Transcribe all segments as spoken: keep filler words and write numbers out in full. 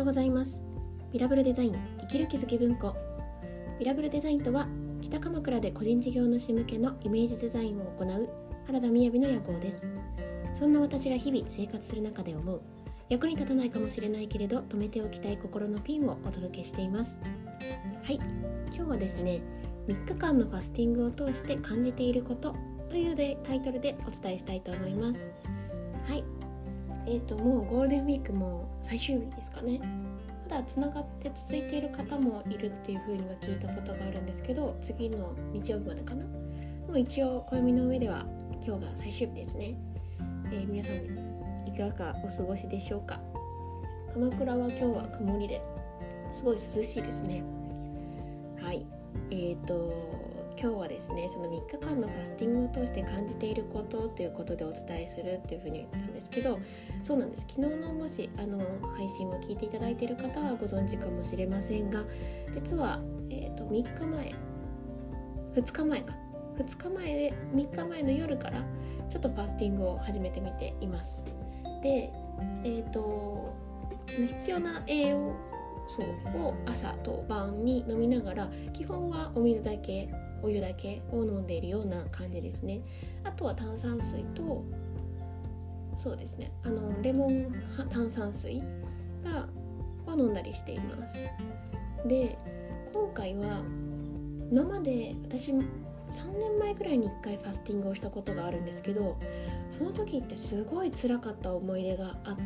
ございます。ミラブルデザイン生きる気づき文庫。ミラブルデザインとは、北鎌倉で個人事業主向けのイメージデザインを行う原田みやびの屋号です。そんな私が日々生活する中で思う、役に立たないかもしれないけれど止めておきたい心のピンをお届けしています。はい、今日はですね、みっかかんのファスティングを通して感じていることというでタイトルでお伝えしたいと思います。はい、えーともうゴールデンウィークも最終日ですかね。まだつながって続いている方もいるっていう風には聞いたことがあるんですけど、次の日曜日までかな。でも一応暦の上では今日が最終日ですね。えー、皆さんいかがお過ごしでしょうか。鎌倉は今日は曇りですごい涼しいですね。はい、えーと今日はですね、そのみっかかんのファスティングを通して感じていることということでお伝えするっていうふうに言ったんですけど、そうなんです。昨日のもしあの配信を聞いていただいている方はご存知かもしれませんが、実は、えーとみっかまえふつかまえかふつかまえでみっかまえの夜からちょっとファスティングを始めてみています。で、えーと必要な栄養素を朝と晩に飲みながら、基本はお水だけお湯だけを飲んでいるような感じですね。あとは炭酸水と、そうですね、あのレモン炭酸水がを飲んだりしています。で、今回は今まで私さんねんまえぐらいにいっかいファスティングをしたことがあるんですけど、その時ってすごい辛かった思い出があって、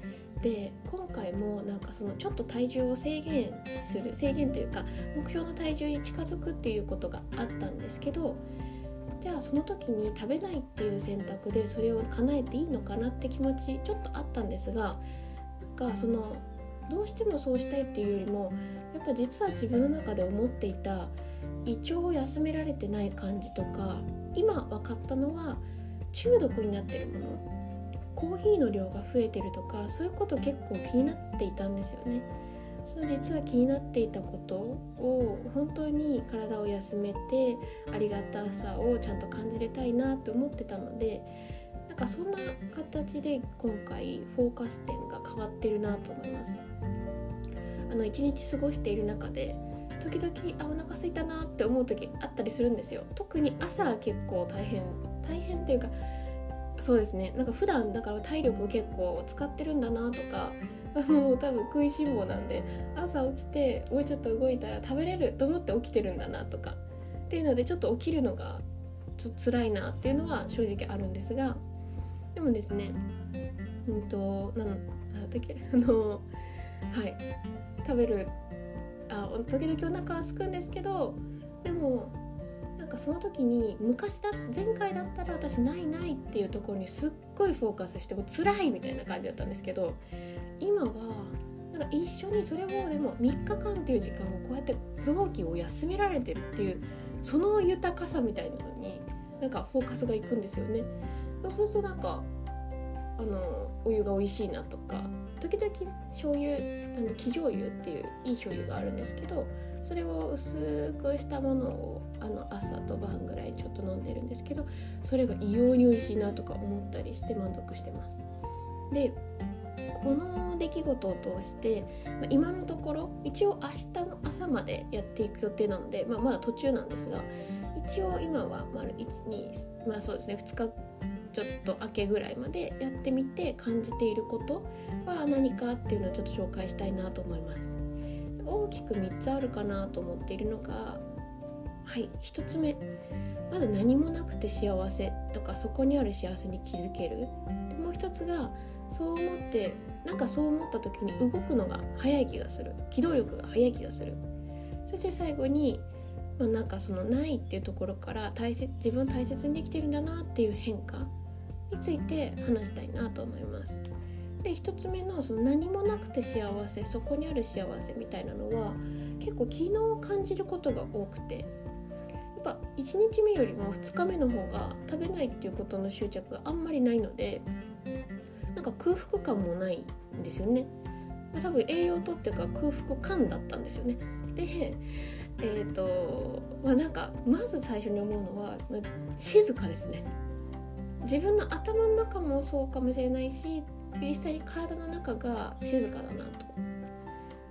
で今回もなんかそのちょっと体重を制限する制限というか目標の体重に近づくっていうことがあったんですけど、じゃあその時に食べないっていう選択でそれを叶えていいのかなって気持ちちょっとあったんですが、なんかそのどうしてもそうしたいっていうよりも、やっぱ実は自分の中で思っていた胃腸を休められてない感じとか、今分かったのは中毒になってるもの、コーヒーの量が増えてるとか、そういうこと結構気になっていたんですよね。その実は気になっていたことを本当に体を休めてありがたさをちゃんと感じれたいなと思ってたので、なんかそんな形で今回フォーカス点が変わってるなと思います。あの一日過ごしている中で時々あお腹空いたなって思う時あったりするんですよ。特に朝は結構大変大変っていうか、そうですね、なんか普段だから体力を結構使ってるんだなとか、もう多分食いしん坊なんで、朝起きてもうちょっと動いたら食べれると思って起きてるんだなとかっていうので、ちょっと起きるのがちょっと辛いなっていうのは正直あるんですが、でもですね、うんとなんなんだっけあのはい食べるあ時々お腹は空くんですけど、でもなんかその時に昔だ前回だったら私ないないっていうところにすっごいフォーカスしても辛いみたいな感じだったんですけど、今はなんか一緒にそれをでもみっかかんっていう時間をこうやって臓器を休められてるっていう、その豊かさみたいなのになんかフォーカスがいくんですよね。そうするとなんかあのお湯が美味しいなとか、時々醤油あの生醤油っていういい醤油があるんですけど、それを薄くしたものをあの朝と晩ぐらいちょっと飲んでるんですけど、それが異様に美味しいなとか思ったりして満足してます。で、この出来事を通して、まあ、今のところ一応明日の朝までやっていく予定なので、まあ、まだ途中なんですが、一応今は丸いち、に、まあそうですね、ふつかちょっと明けぐらいまでやってみて感じていることは何かっていうのをちょっと紹介したいなと思います。大きくみっつあるかなと思っているのが、はい、ひとつめ、まだ何もなくて幸せとか、そこにある幸せに気づける。でもう一つが、そう思ってなんかそう思った時に動くのが早い気がする、機動力が早い気がする。そして最後に、まあ、なんかそのないっていうところから大切自分を大切にできてるんだなっていう変化について話したいなと思います。で、一つ目のその何もなくて幸せ、そこにある幸せみたいなのは結構昨日感じることが多くて、やっぱいちにちめよりもふつかめの方が食べないっていうことの執着があんまりないので、なんか空腹感もないんですよね。多分栄養とっていうか空腹感だったんですよね。で、えーとまあ、なんかまず最初に思うのは静かですね。自分の頭の中もそうかもしれないし、実際に体の中が静かだなと。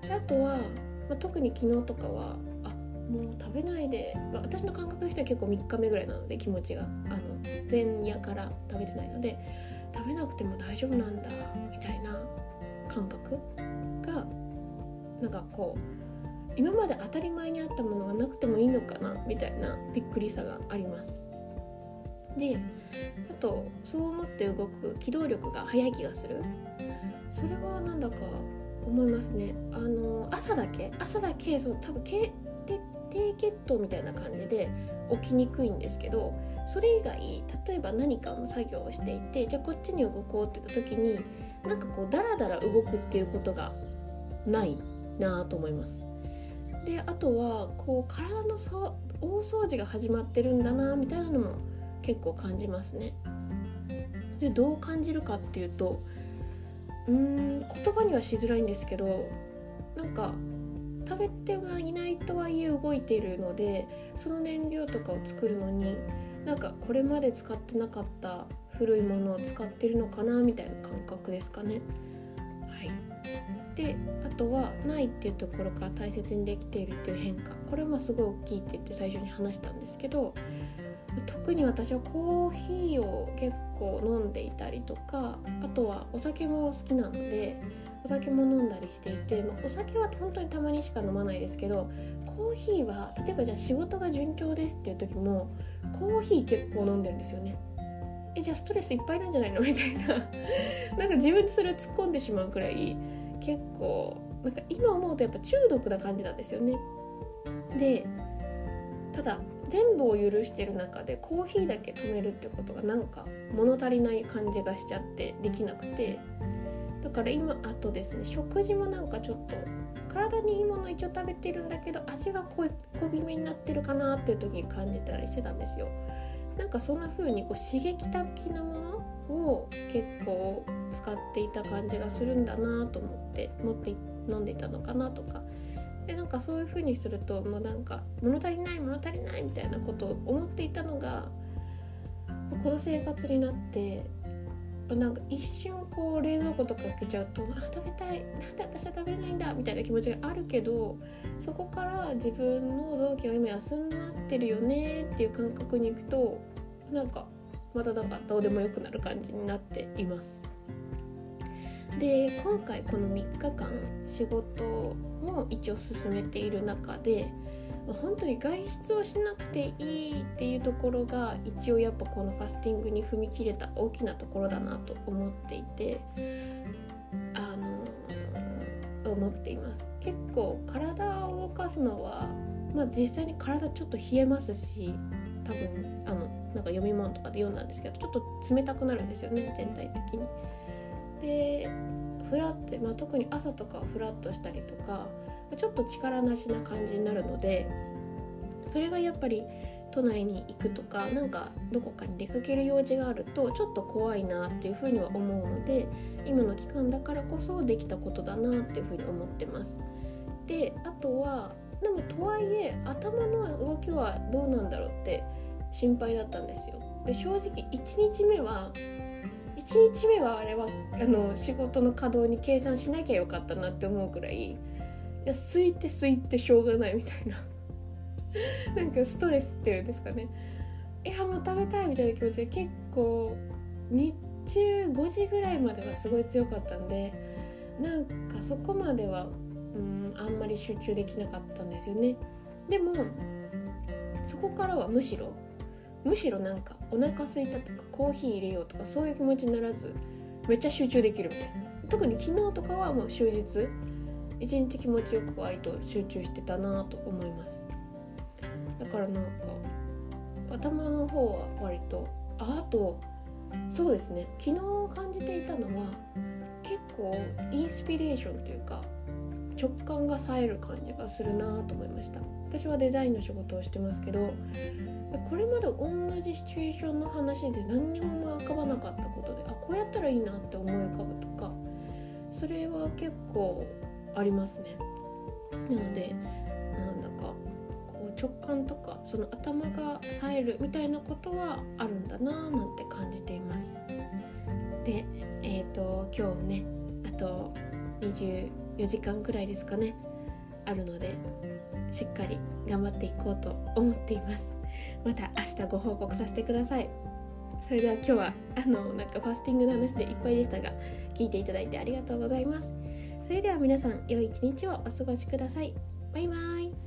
であとは、まあ、特に昨日とかはあもう食べないで、まあ、私の感覚としては結構みっかめぐらいなので気持ちがあの前夜から食べてないので食べなくても大丈夫なんだみたいな感覚がなんかこう今まで当たり前にあったものがなくてもいいのかなみたいなびっくりさがあります。であとそう思って動く機動力が速い気がする。それはなんだか思いますね。あの朝だけ朝だけその多分低血糖みたいな感じで起きにくいんですけど、それ以外例えば何かの作業をしていてじゃあこっちに動こうって言った時になんかこうダラダラ動くっていうことがないなと思います。であとはこう体の大掃除が始まってるんだなみたいなのも結構感じますね。でどう感じるかっていうとうーん言葉にはしづらいんですけどなんか食べてはいないとはいえ動いているのでその燃料とかを作るのになんかこれまで使ってなかった古いものを使ってるのかなみたいな感覚ですかね。はい。であとはないっていうところから大切にできているっていう変化、これはすごい大きいって言って最初に話したんですけど、特に私はコーヒーを結構飲んでいたりとかあとはお酒も好きなのでお酒も飲んだりしていて、まあ、お酒は本当にたまにしか飲まないですけどコーヒーは例えばじゃあ仕事が順調ですっていう時もコーヒー結構飲んでるんですよね。えじゃあストレスいっぱいなんじゃないのみたいななんか自分でそれを突っ込んでしまうくらい結構なんか今思うとやっぱ中毒な感じなんですよね。でただ全部を許してる中でコーヒーだけ止めるってことがなんか物足りない感じがしちゃってできなくて、だから今あとですね食事もなんかちょっと体にいいもの一応食べてるんだけど味が濃い濃いめになってるかなっていう時に感じたりしてたんですよ。なんかそんな風にこう刺激的なものを結構使っていた感じがするんだなと思って持って飲んでいたのかなとかで、なんかそういう風にするともうなんか物足りない物足りないみたいなことを思っていたのがこの生活になってなんか一瞬こう冷蔵庫とか開けちゃうとあ食べたいなんで私は食べれないんだみたいな気持ちがあるけどそこから自分の臓器が今休んまってるよねっていう感覚に行くとなんかまたなんかどうでもよくなる感じになっています。で今回このみっかかん仕事も一応進めている中で本当に外出をしなくていいっていうところが一応やっぱこのファスティングに踏み切れた大きなところだなと思っていてあの思っています。結構体を動かすのは、まあ、実際に体ちょっと冷えますし多分あのなんか読み物とかで読んだんですけどちょっと冷たくなるんですよね全体的に。でフラって、まあ、特に朝とかはフラッとしたりとかちょっと力なしな感じになるのでそれがやっぱり都内に行くとかなんかどこかに出かける用事があるとちょっと怖いなっていうふうには思うので今の期間だからこそできたことだなっていうふうに思ってます。であとはでもとはいえ頭の動きはどうなんだろうって心配だったんですよ。で正直いちにちめはいちにちめはあれはあの仕事の稼働に計算しなきゃよかったなって思うくらいいや空いて空いてしょうがないみたいななんかストレスっていうんですかね、いやもう食べたいみたいな気持ちで結構日中ごじぐらいまではすごい強かったんでなんかそこまではうんあんまり集中できなかったんですよね。でもそこからはむしろむしろなんかお腹空いたとかコーヒー入れようとかそういう気持ちにならずめっちゃ集中できるみたいな。特に昨日とかはもう終日一日気持ちよく割と集中してたなと思います。だからなんか頭の方は割と あ, あとそうですね昨日感じていたのは結構インスピレーションというか直感が冴える感じがするなと思いました。私はデザインの仕事をしてますけどこれまで同じシチュエーションの話で何にも思い浮かばなかったことであこうやったらいいなって思い浮かぶとかそれは結構ありますね。なのでなんだかこう直感とかその頭が冴えるみたいなことはあるんだななんて感じています。で、えーと、今日ねあとにじゅよじかんくらいですかねあるので、しっかり頑張っていこうと思っています。また明日ご報告させてください。それでは今日はあのなんかファスティングの話でいっぱいでしたが、聞いていただいてありがとうございます。それでは皆さん良い一日をお過ごしください。バイバイ。